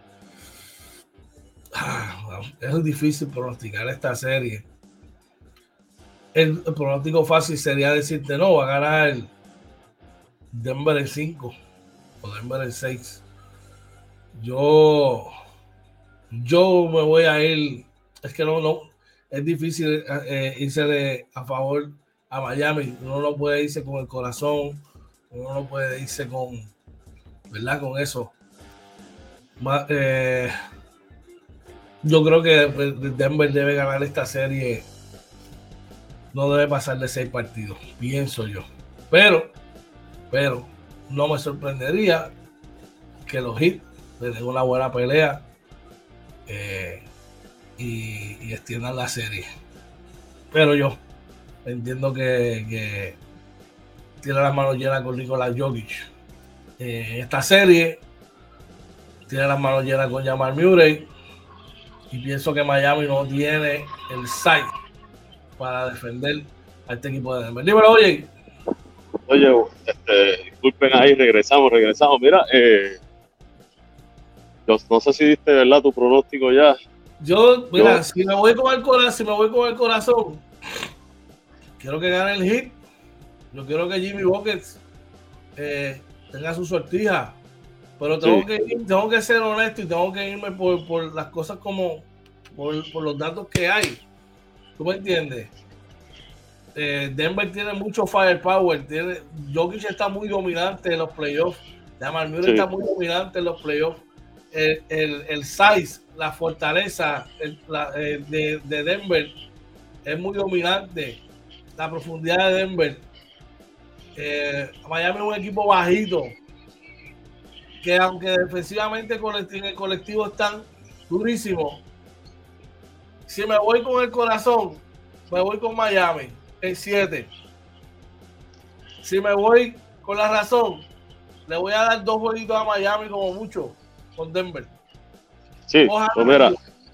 Ah, es difícil pronosticar esta serie. El, el pronóstico fácil sería decirte, no, va a ganar Denver en cinco o Denver en seis. Yo... Yo me voy a ir, es que no, no, es difícil eh, irse de, a favor a Miami. Uno no puede irse con el corazón, uno no puede irse con, ¿verdad? Con eso. Ma, eh, yo creo que Denver debe ganar esta serie, no debe pasar de seis partidos, pienso yo. Pero, pero, no me sorprendería que los Heat le den una buena pelea. Eh, y, y extiendan la serie, pero yo entiendo que, que tiene las manos llenas con Nikola Jokic eh, en esta serie, tiene las manos llenas con Jamal Murray y pienso que Miami no tiene el size para defender a este equipo de Denver. Dímelo, oye. Oye, este, disculpen ahí, regresamos, regresamos. Mira, eh, yo no sé si diste, ¿verdad? Tu pronóstico ya. Yo, mira, yo, si me voy con el corazón, si me voy con el corazón, quiero que gane el Heat. Yo quiero que Jimmy Buckets eh, tenga su sortija, pero tengo, sí. que, tengo que ser honesto y tengo que irme por, por las cosas como, por, por los datos que hay. ¿Tú me entiendes? Eh, Denver tiene mucho firepower, tiene, Jokic está muy dominante en los playoffs, Jamal Murray sí. está muy dominante en los playoffs. El, el, el size, la fortaleza el, la, el de, de Denver es muy dominante. La profundidad de Denver. Eh, Miami es un equipo bajito que aunque defensivamente en el colectivo están durísimos. Si me voy con el corazón, me voy con Miami en siete. Si me voy con la razón, le voy a dar dos jueguitos a Miami como mucho. Con Denver. Sí, pues mira,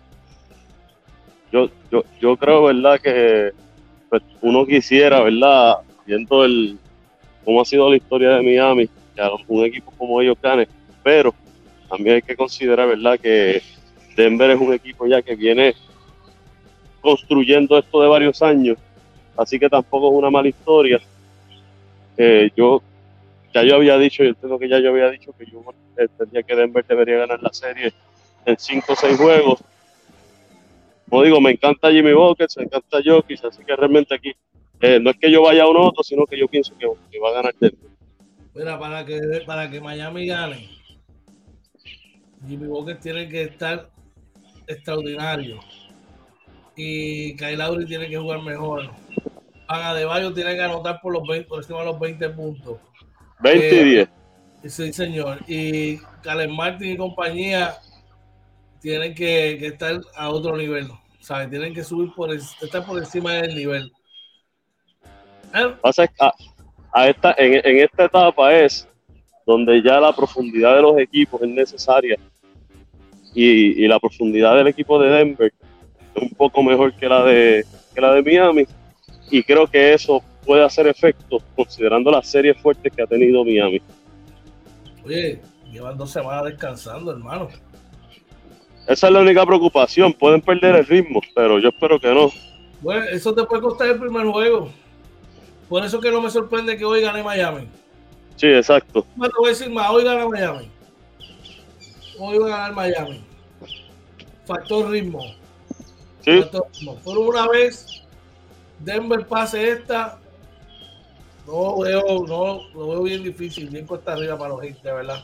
yo, yo, yo creo, ¿verdad? Que pues, uno quisiera, ¿verdad? Viendo el cómo ha sido la historia de Miami, que un equipo como ellos gane, pero también hay que considerar, ¿verdad? Que Denver es un equipo ya que viene construyendo esto de varios años, así que tampoco es una mala historia. Eh, yo Ya yo había dicho, yo entiendo que ya yo había dicho que yo entendía que Denver debería ganar la serie en cinco o seis juegos. Como digo, me encanta Jimmy Buckets, me encanta Jokic, así que realmente aquí eh, no es que yo vaya a un otro, sino que yo pienso que, que va a ganar Denver. Mira, para que, para que Miami gane, Jimmy Buckets tiene que estar extraordinario y Kyle Lowry tiene que jugar mejor. Van Adebayo tiene que anotar por los veinte, por encima de los veinte puntos. veinte y diez. Eh, sí, señor. Y Caleb Martin y compañía tienen que, que estar a otro nivel. ¿Sabes? Tienen que subir por estar por encima del nivel. ¿Eh? Pasa, a esta, en, en esta etapa es donde ya la profundidad de los equipos es necesaria y, y la profundidad del equipo de Denver es un poco mejor que la de que la de Miami, y creo que eso puede hacer efecto considerando las series fuertes que ha tenido Miami. Oye, llevan dos semanas descansando, hermano. Esa es la única preocupación. Pueden perder el ritmo, pero yo espero que no. Bueno, eso te puede costar el primer juego. Por eso que no me sorprende que hoy gane Miami. Sí, exacto. No te voy a decir más, hoy gana Miami. Hoy va a ganar Miami. Factor ritmo. Sí. Factor ritmo. Por una vez, Denver pase esta. No veo, no, lo veo bien difícil, bien cuesta arriba para los Heat, de verdad.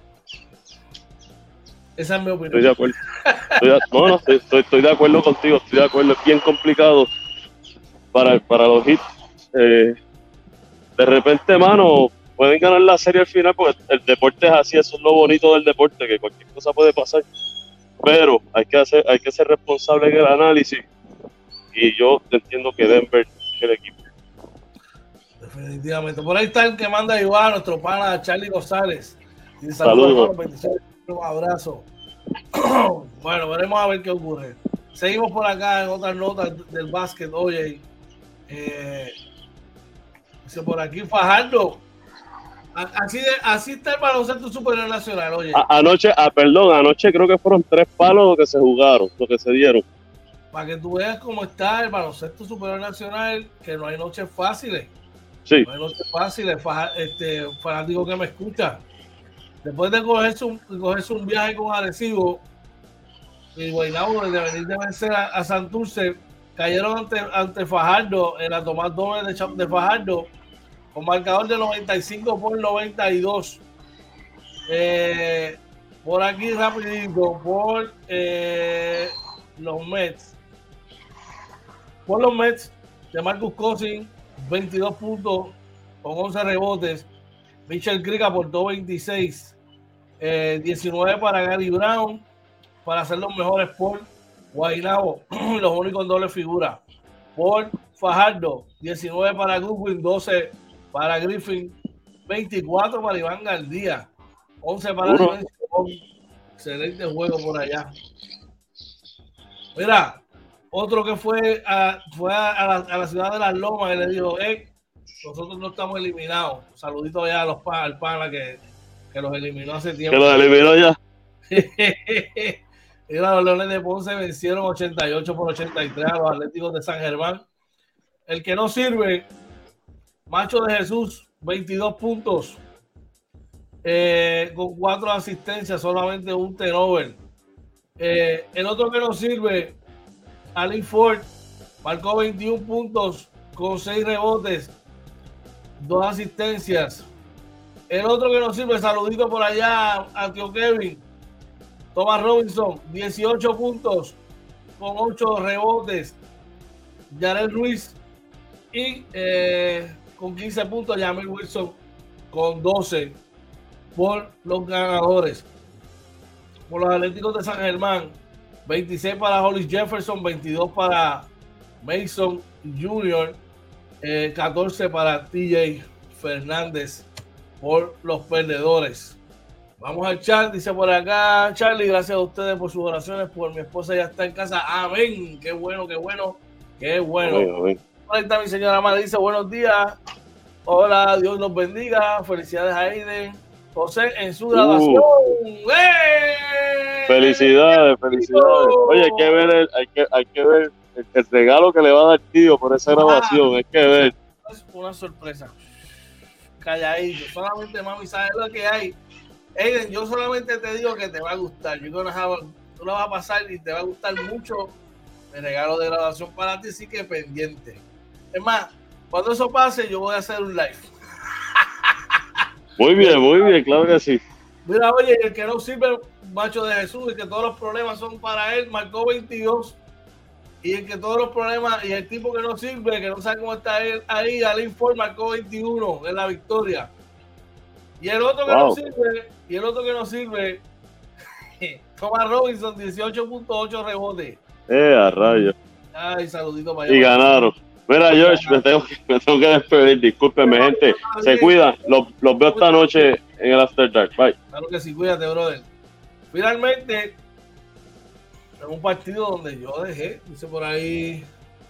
Esa es mi opinión. Estoy de acuerdo. Estoy de, no, no, estoy, estoy, estoy de acuerdo contigo, estoy de acuerdo. Es bien complicado para, para los Heat. Eh, de repente, mano, pueden ganar la serie al final porque el deporte es así, eso es lo bonito del deporte, que cualquier cosa puede pasar. Pero hay que, hacer, hay que ser responsable en el análisis. Y yo entiendo que Denver es el equipo. Definitivamente. Por ahí está el que manda a Iván, nuestro pana Charlie González. Y saludos. Bendiciones, un abrazo. Bueno, veremos a ver qué ocurre. Seguimos por acá en otras notas del básquet. Oye, eh, dice por aquí Fajardo. Así, de, así está el baloncesto superior nacional. Oye, a, anoche, ah, perdón, anoche creo que fueron tres palos lo que se jugaron, lo que se dieron. Para que tú veas cómo está el baloncesto superior nacional, que no hay noches fáciles. Sí. No hay noches fáciles, este, fanático que me escucha. Después de cogerse un, cogerse un viaje con Arecibo y Guaynabo, de venir de vencer a, a Santurce, cayeron ante, ante Fajardo en la toma doble de, de Fajardo con marcador de noventa y cinco por noventa y dos. Eh, por aquí rapidito, por eh, los Mets. Por los Mets de Marcus Cousins, veintidós puntos con once rebotes. Mitchell Creek aportó veintiséis. Eh, diecinueve para Gary Brown, para hacer los mejores por Guaynabo, los únicos doble figura. Por Fajardo, diecinueve para Goodwin, doce para Griffin, veinticuatro para Iván Galdía, once para Dimension. Excelente juego por allá. Mira, otro que fue a, fue a, la, a la ciudad de Las Lomas y le dijo, eh, nosotros no estamos eliminados. Saludito allá a los pan, al pana que, que los eliminó hace tiempo. Que los eliminó ya. Y los Leones de Ponce vencieron ochenta y ocho por ochenta y tres a los Atléticos de San Germán. El que no sirve, Macho de Jesús, veintidós puntos, eh, con cuatro asistencias, solamente un turnover. Eh, el otro que no sirve, Ali Ford, marcó veintiún puntos con seis rebotes, dos asistencias. El otro que no sirve, saludito por allá a Tío Kevin, Thomas Robinson, dieciocho puntos con ocho rebotes. Yarel Ruiz y eh, con quince puntos, Jamil Wilson con doce por los ganadores. Por los Atléticos de San Germán, veintiséis para Hollis Jefferson, veintidós para Mason junior, eh, catorce para T J Fernández por los perdedores. Vamos al chat, dice por acá Charlie, gracias a ustedes por sus oraciones, por mi esposa ya está en casa, amén, qué bueno, qué bueno, qué bueno. Amén, amén. Ahí está mi señora Mara, dice buenos días, hola, Dios los bendiga, felicidades a Aiden, José en su graduación. Uh, ¡Eh! Felicidades, felicidades. Oye, hay que ver el, hay que, hay que ver el, el regalo que le va a dar tío por esa graduación, ah, hay que ver. Es una sorpresa. Calladito, solamente mami sabe lo que hay. Aiden, yo solamente te digo que te va a gustar. Yo creo que tú lo vas a pasar y te va a gustar mucho el regalo de graduación para ti, sí que pendiente. Es más, cuando eso pase, yo voy a hacer un live. Muy bien, muy bien, claro que sí. Mira, oye, el que no sirve, Macho de Jesús, y que todos los problemas son para él, marcó veintidós. Y el que todos los problemas, y el tipo que no sirve, que no sabe cómo está él ahí, Alin Ford marcó veintiuno en la victoria. Y el otro que wow. no sirve, y el otro que no sirve, Thomas Robinson, dieciocho punto ocho rebotes. Eh, a rayos. Ay, saludito para allá. Y ganaron. Mira, George, me tengo, que, me tengo que despedir. Discúlpenme, gente. Se cuidan. Los, los veo esta noche en el After Dark. Bye. Claro que sí, cuídate, brother. Finalmente, en un partido donde yo dejé, dice por ahí,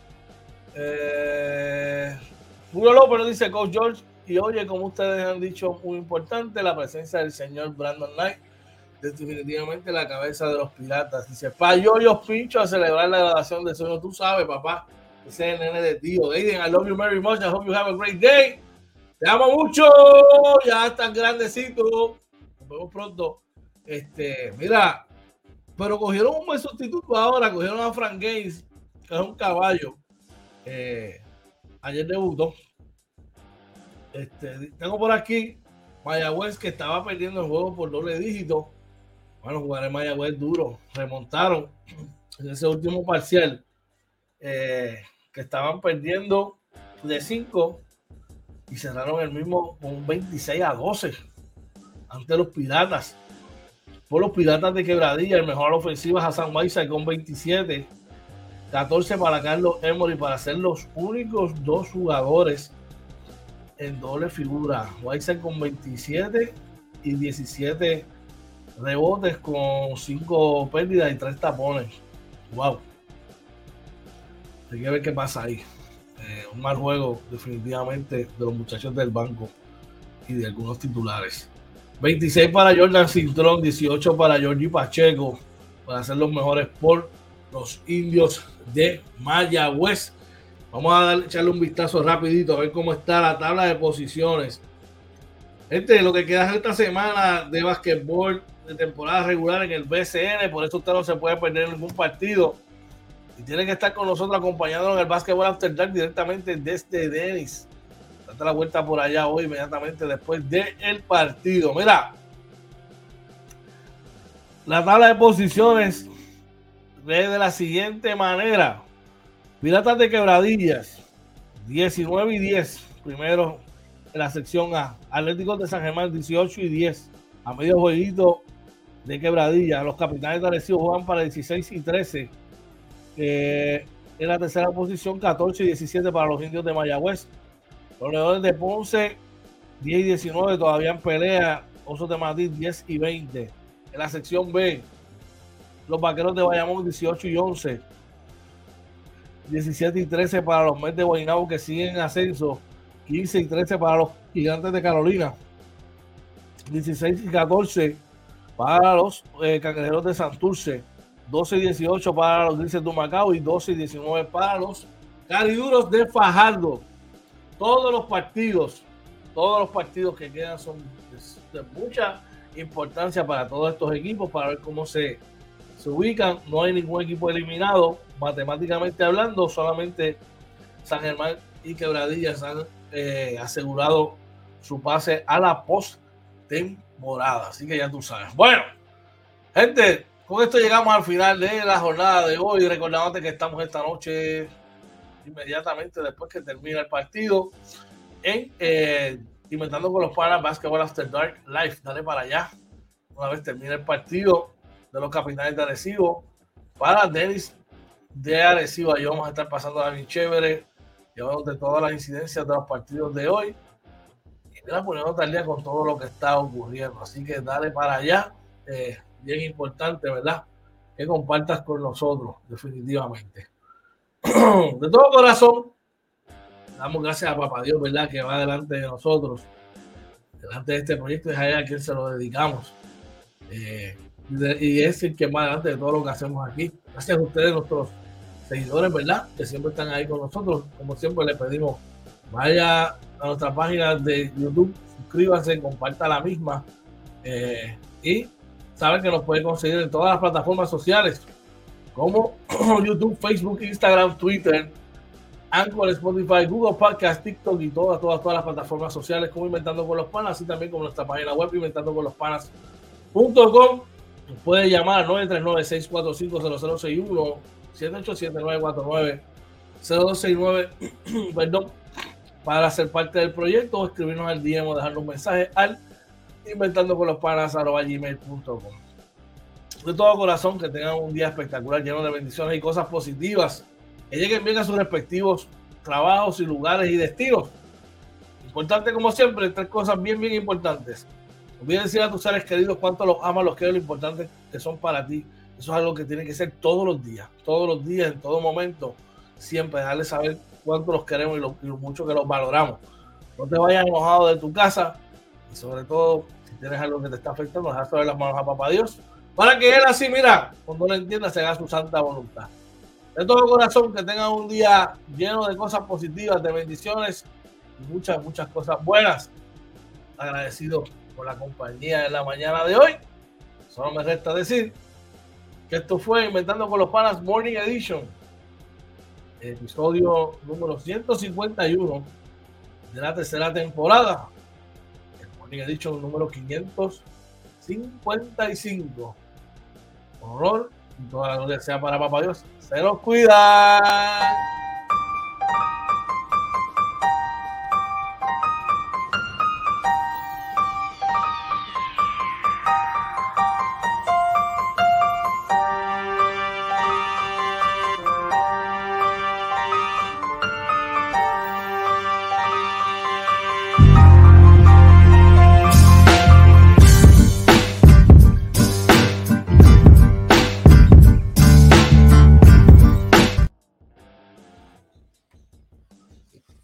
eh, Julio López nos dice, Coach George, y oye, como ustedes han dicho, muy importante, la presencia del señor Brandon Knight, definitivamente la cabeza de los Piratas. Dice, pa' yo los pincho a celebrar la graduación de sueño. Tú sabes, papá, ese es el nene de tío. Aiden, I love you very much, I hope you have a great day. Te amo mucho, ya estás grandecito. Nos vemos pronto. Este, mira, pero cogieron un buen sustituto ahora, cogieron a Frank Gaines, que es un caballo. Eh, ayer debutó. Este, tengo por aquí Mayagüez, que estaba perdiendo el juego por doble dígito. Bueno, jugar en Mayagüez duro. Remontaron en ese último parcial, eh, que estaban perdiendo de cinco y cerraron el mismo con veintiséis a doce ante los Piratas. Por los Piratas de Quebradilla, el mejor ofensiva es Hassan Whiteside con veintisiete, catorce para Carlos Emory, para ser los únicos dos jugadores en doble figura. Whiteside con veintisiete y diecisiete rebotes con cinco pérdidas y tres tapones. Wow. Hay que ver qué pasa ahí. Eh, un mal juego definitivamente de los muchachos del banco y de algunos titulares. veintiséis para Jordan Cintrón, dieciocho para Georgie Pacheco, para ser los mejores por los Indios de Mayagüez. Vamos a darle, echarle un vistazo rapidito a ver cómo está la tabla de posiciones. Gente, lo que queda esta semana de basquetbol de temporada regular en el B C N, por eso usted no se puede perder ningún partido y tiene que estar con nosotros acompañándonos en el Basketball After Dark directamente desde Dennis. Date la vuelta por allá hoy inmediatamente después del partido. Mira, la tabla de posiciones ve de la siguiente manera: Piratas de Quebradillas diecinueve y diez, primero en la sección A. Atléticos de San Germán dieciocho y diez, a medio jueguito de Quebradilla. Los Capitanes de Arecibo juegan para dieciséis y trece. Eh, en la tercera posición, catorce y diecisiete para los Indios de Mayagüez. Los Leones de Ponce diez y diecinueve, todavía en pelea. Osos de Madrid diez y veinte. En la sección B, los Vaqueros de Bayamón dieciocho y once. diecisiete y trece para los Mets de Guaynabo, que siguen en ascenso. quince y trece para los Gigantes de Carolina. dieciséis y catorce para los eh, Cangrejeros de Santurce. doce y dieciocho para los Grises de Humacao y doce y diecinueve para los Cariduros de Fajardo. Todos los partidos, todos los partidos que quedan son de, de mucha importancia para todos estos equipos, para ver cómo se, se ubican. No hay ningún equipo eliminado, matemáticamente hablando. Solamente San Germán y Quebradillas han eh, asegurado su pase a la post-temporada. Así que ya tú sabes. Bueno, gente, con esto llegamos al final de la jornada de hoy. Recordándote que estamos esta noche, inmediatamente después que termina el partido, en eh, Inventando con los Panas Basketball After Dark Live. Dale para allá. Una vez termine el partido de los Capitanes de Arecibo, para Dennis de Arecibo, ahí vamos a estar pasando a bien chévere, llevando de todas las incidencias de los partidos de hoy y mira, poniéndote al día con todo lo que está ocurriendo. Así que dale para allá. Eh, bien importante, ¿verdad?, que compartas con nosotros, definitivamente. De todo corazón, damos gracias a Papá Dios, ¿verdad?, que va delante de nosotros, delante de este proyecto, es a él a quien se lo dedicamos. Eh, y es el que va delante de todo lo que hacemos aquí. Gracias a ustedes, nuestros seguidores, ¿verdad?, que siempre están ahí con nosotros. Como siempre les pedimos, vaya a nuestra página de YouTube, suscríbanse, comparta la misma, eh, y saben que nos pueden conseguir en todas las plataformas sociales como YouTube, Facebook, Instagram, Twitter, Anchor, Spotify, Google Podcast, TikTok y todas, todas, todas las plataformas sociales como Inventando con los Panas, así también como nuestra página web inventando con los panas punto com. Nos puede llamar al nueve tres nueve, seis cuatro cinco, cero cero seis uno, siete ocho siete, nueve cuatro nueve, cero dos seis nueve perdón, para ser parte del proyecto, o escribirnos al D M o dejarnos un mensaje al inventando con los panas arroba gmail punto com. De todo corazón, que tengan un día espectacular, lleno de bendiciones y cosas positivas, que lleguen bien a sus respectivos trabajos y lugares y destinos. Importante como siempre, tres cosas bien, bien importantes. Olviden decir a tus seres queridos cuánto los amas, los quieres, lo importante que son para ti. Eso es algo que tiene que ser todos los días, todos los días, en todo momento. Siempre dejarles saber cuánto los queremos y lo, y lo mucho que los valoramos. No te vayas enojado de tu casa y sobre todo, si tienes algo que te está afectando, dejar saber las manos a papá Dios para que él así, mira, cuando lo entienda, se haga su santa voluntad. De todo corazón, que tengan un día lleno de cosas positivas, de bendiciones y muchas, muchas cosas buenas. Agradecido por la compañía en la mañana de hoy. Solo me resta decir que esto fue Inventando con los Panas Morning Edition, episodio número ciento cincuenta y uno de la tercera temporada. El Morning Edition número quinientos cincuenta y cinco. Con honor y toda la gloria sea para papá Dios. Se los cuida.